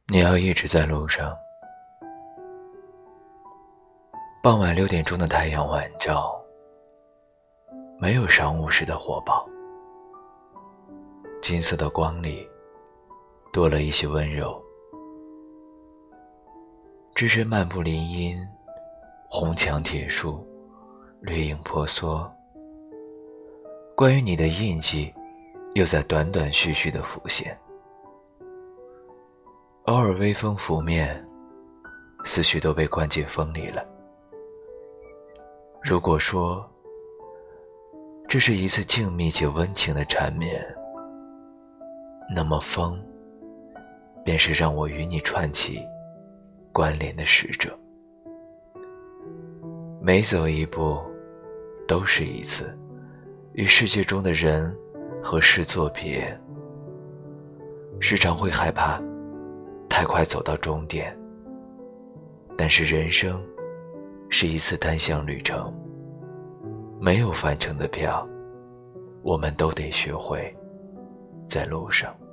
你要一直在路上。傍晚6点钟的太阳晚照，没有晌午时的火爆，金色的光里多了一些温柔。只身漫步林荫，红墙铁树，绿影婆娑，关于你的印记又在断断续续地浮现。偶尔微风拂面，思绪都被灌进风里了。如果说这是一次静谧且温情的缠绵，那么风便是让我与你串起关联的使者。每走一步都是一次与世界中的人和事作别，时常会害怕太快走到终点，但是人生是一次单向旅程，没有返程的票，我们都得学会在路上。